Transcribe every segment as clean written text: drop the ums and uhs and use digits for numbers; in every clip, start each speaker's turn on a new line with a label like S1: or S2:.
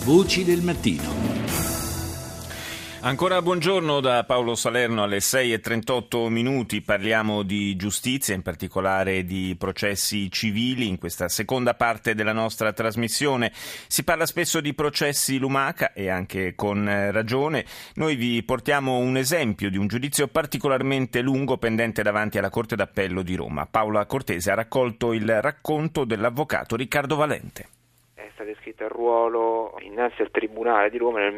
S1: Voci del mattino.
S2: Ancora buongiorno da Paolo Salerno alle 6:38. Parliamo di giustizia, in particolare di processi civili. In questa seconda parte della nostra trasmissione si parla spesso di processi lumaca e anche con ragione. Noi vi portiamo un esempio di un giudizio particolarmente lungo pendente davanti alla Corte d'Appello di Roma. Paola Cortese ha raccolto il racconto dell'avvocato Riccardo Valente.
S3: È stato iscritto al ruolo innanzi al Tribunale di Roma nel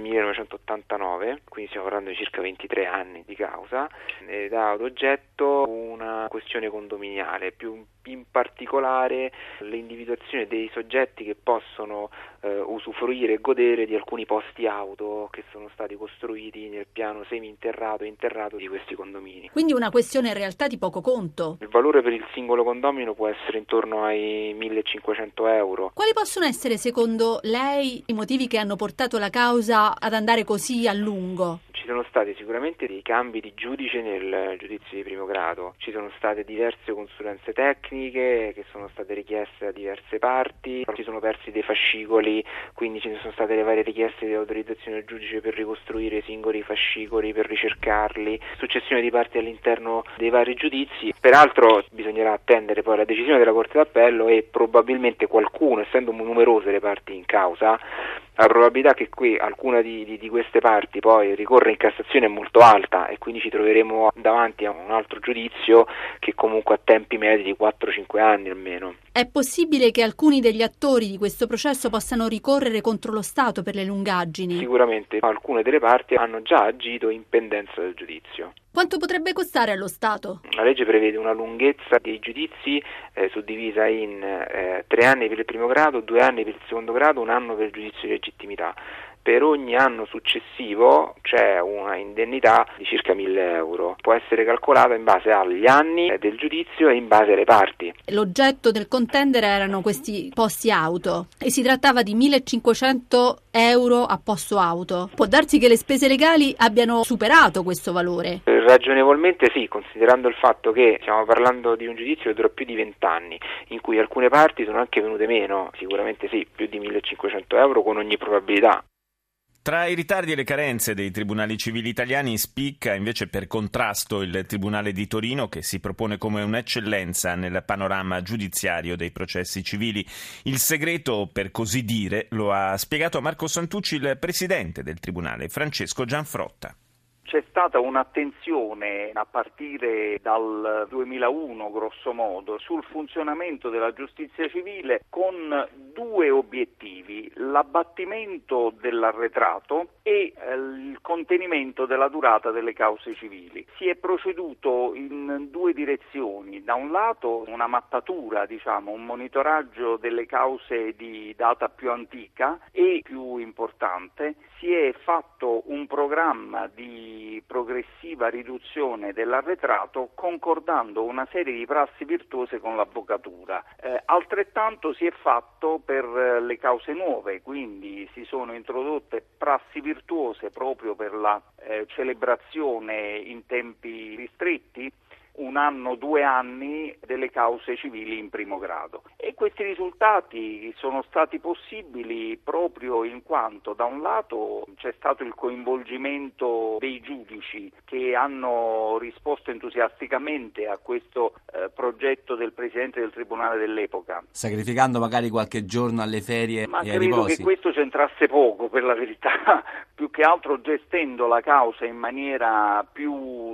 S3: 1989, quindi stiamo parlando di circa 23 anni di causa, ed ha ad oggetto una questione condominiale, più in particolare l'individuazione dei soggetti che possono usufruire e godere di alcuni posti auto che sono stati costruiti nel piano semi-interrato e interrato di questi condomini.
S4: Quindi una questione in realtà di poco conto.
S3: Il valore per il singolo condomino può essere intorno ai 1.500 euro.
S4: Quali possono essere secondo lei i motivi che hanno portato la causa ad andare così a lungo?
S3: Ci sono stati sicuramente dei cambi di giudice nel giudizio di primo grado, ci sono state diverse consulenze tecniche che sono state richieste da diverse parti, ci sono persi dei fascicoli, quindi ci sono state le varie richieste di autorizzazione del giudice per ricostruire i singoli fascicoli, per ricercarli, successione di parti all'interno dei vari giudizi. Peraltro bisognerà attendere poi la decisione della Corte d'Appello e probabilmente qualcuno, essendo numerose le parti in causa, la probabilità che qui alcuna di queste parti poi ricorra in Cassazione è molto alta e quindi ci troveremo davanti a un altro giudizio che comunque ha tempi medi di 4-5 anni almeno.
S4: È possibile che alcuni degli attori di questo processo possano ricorrere contro lo Stato per le lungaggini?
S3: Sicuramente alcune delle parti hanno già agito in pendenza del giudizio.
S4: Quanto potrebbe costare allo Stato?
S3: La legge prevede una lunghezza dei giudizi suddivisa in 3 anni per il primo grado, 2 anni per il secondo grado, 1 anno per il giudizio di legittimità. Per ogni anno successivo c'è una indennità di circa 1.000 euro. Può essere calcolata in base agli anni del giudizio e in base alle parti.
S4: L'oggetto del contendere erano questi posti auto e si trattava di 1.500 euro a posto auto. Può darsi che le spese legali abbiano superato questo valore?
S3: Ragionevolmente sì, considerando il fatto che stiamo parlando di un giudizio che dura più di 20 anni, in cui alcune parti sono anche venute meno, sicuramente sì, più di 1.500 euro con ogni probabilità.
S2: Tra i ritardi e le carenze dei tribunali civili italiani spicca invece per contrasto il Tribunale di Torino, che si propone come un'eccellenza nel panorama giudiziario dei processi civili. Il segreto, per così dire, lo ha spiegato a Marco Santucci il presidente del Tribunale, Francesco Gianfrotta.
S5: C'è stata un'attenzione a partire dal 2001, grosso modo, sul funzionamento della giustizia civile con 2 obiettivi: l'abbattimento dell'arretrato e il contenimento della durata delle cause civili. Si è proceduto in 2 direzioni: da un lato una mappatura, un monitoraggio delle cause di data più antica e più importante, si è fatto un programma di progressiva riduzione dell'arretrato concordando una serie di prassi virtuose con l'avvocatura. Altrettanto si è fatto per le cause nuove, quindi si sono introdotte prassi virtuose proprio per la celebrazione in tempi ristretti, 1 anno, 2 anni delle cause civili in primo grado. E questi risultati sono stati possibili proprio in quanto da un lato c'è stato il coinvolgimento dei giudici che hanno risposto entusiasticamente a questo progetto del Presidente del Tribunale dell'epoca.
S6: Sacrificando magari qualche giorno alle ferie
S5: Ma
S6: e ai riposi.
S5: Ma credo che questo c'entrasse poco, per la verità, più che altro gestendo la causa in maniera più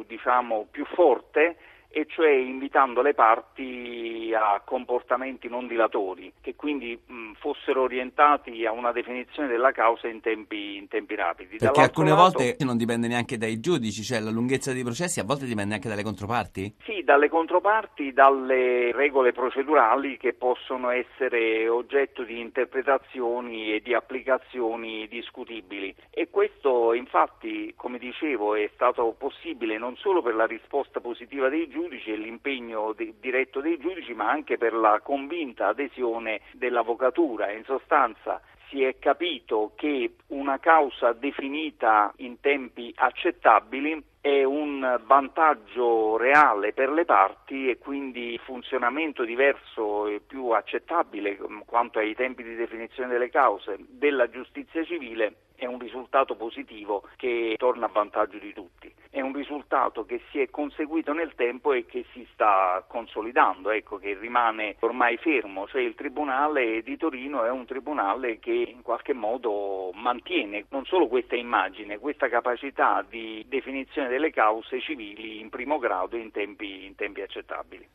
S5: forte, e cioè invitando le parti a comportamenti non dilatori, che quindi fossero orientati a una definizione della causa in tempi rapidi.
S6: Perché alcune volte non dipende neanche dai giudici, cioè la lunghezza dei processi a volte dipende anche dalle controparti?
S5: Sì, dalle controparti, dalle regole procedurali che possono essere oggetto di interpretazioni e di applicazioni discutibili. E questo infatti, come dicevo, è stato possibile non solo per la risposta positiva dei giudici e l'impegno diretto dei giudici, ma anche per la convinta adesione dell'avvocatura. In sostanza si è capito che una causa definita in tempi accettabili è un vantaggio reale per le parti e quindi funzionamento diverso e più accettabile quanto ai tempi di definizione delle cause della giustizia civile è un risultato positivo che torna a vantaggio di tutti. È un risultato che si è conseguito nel tempo e che si sta consolidando, che rimane ormai fermo, cioè il Tribunale di Torino è un tribunale che in qualche modo mantiene non solo questa immagine, questa capacità di definizione delle cause civili in primo grado in tempi accettabili.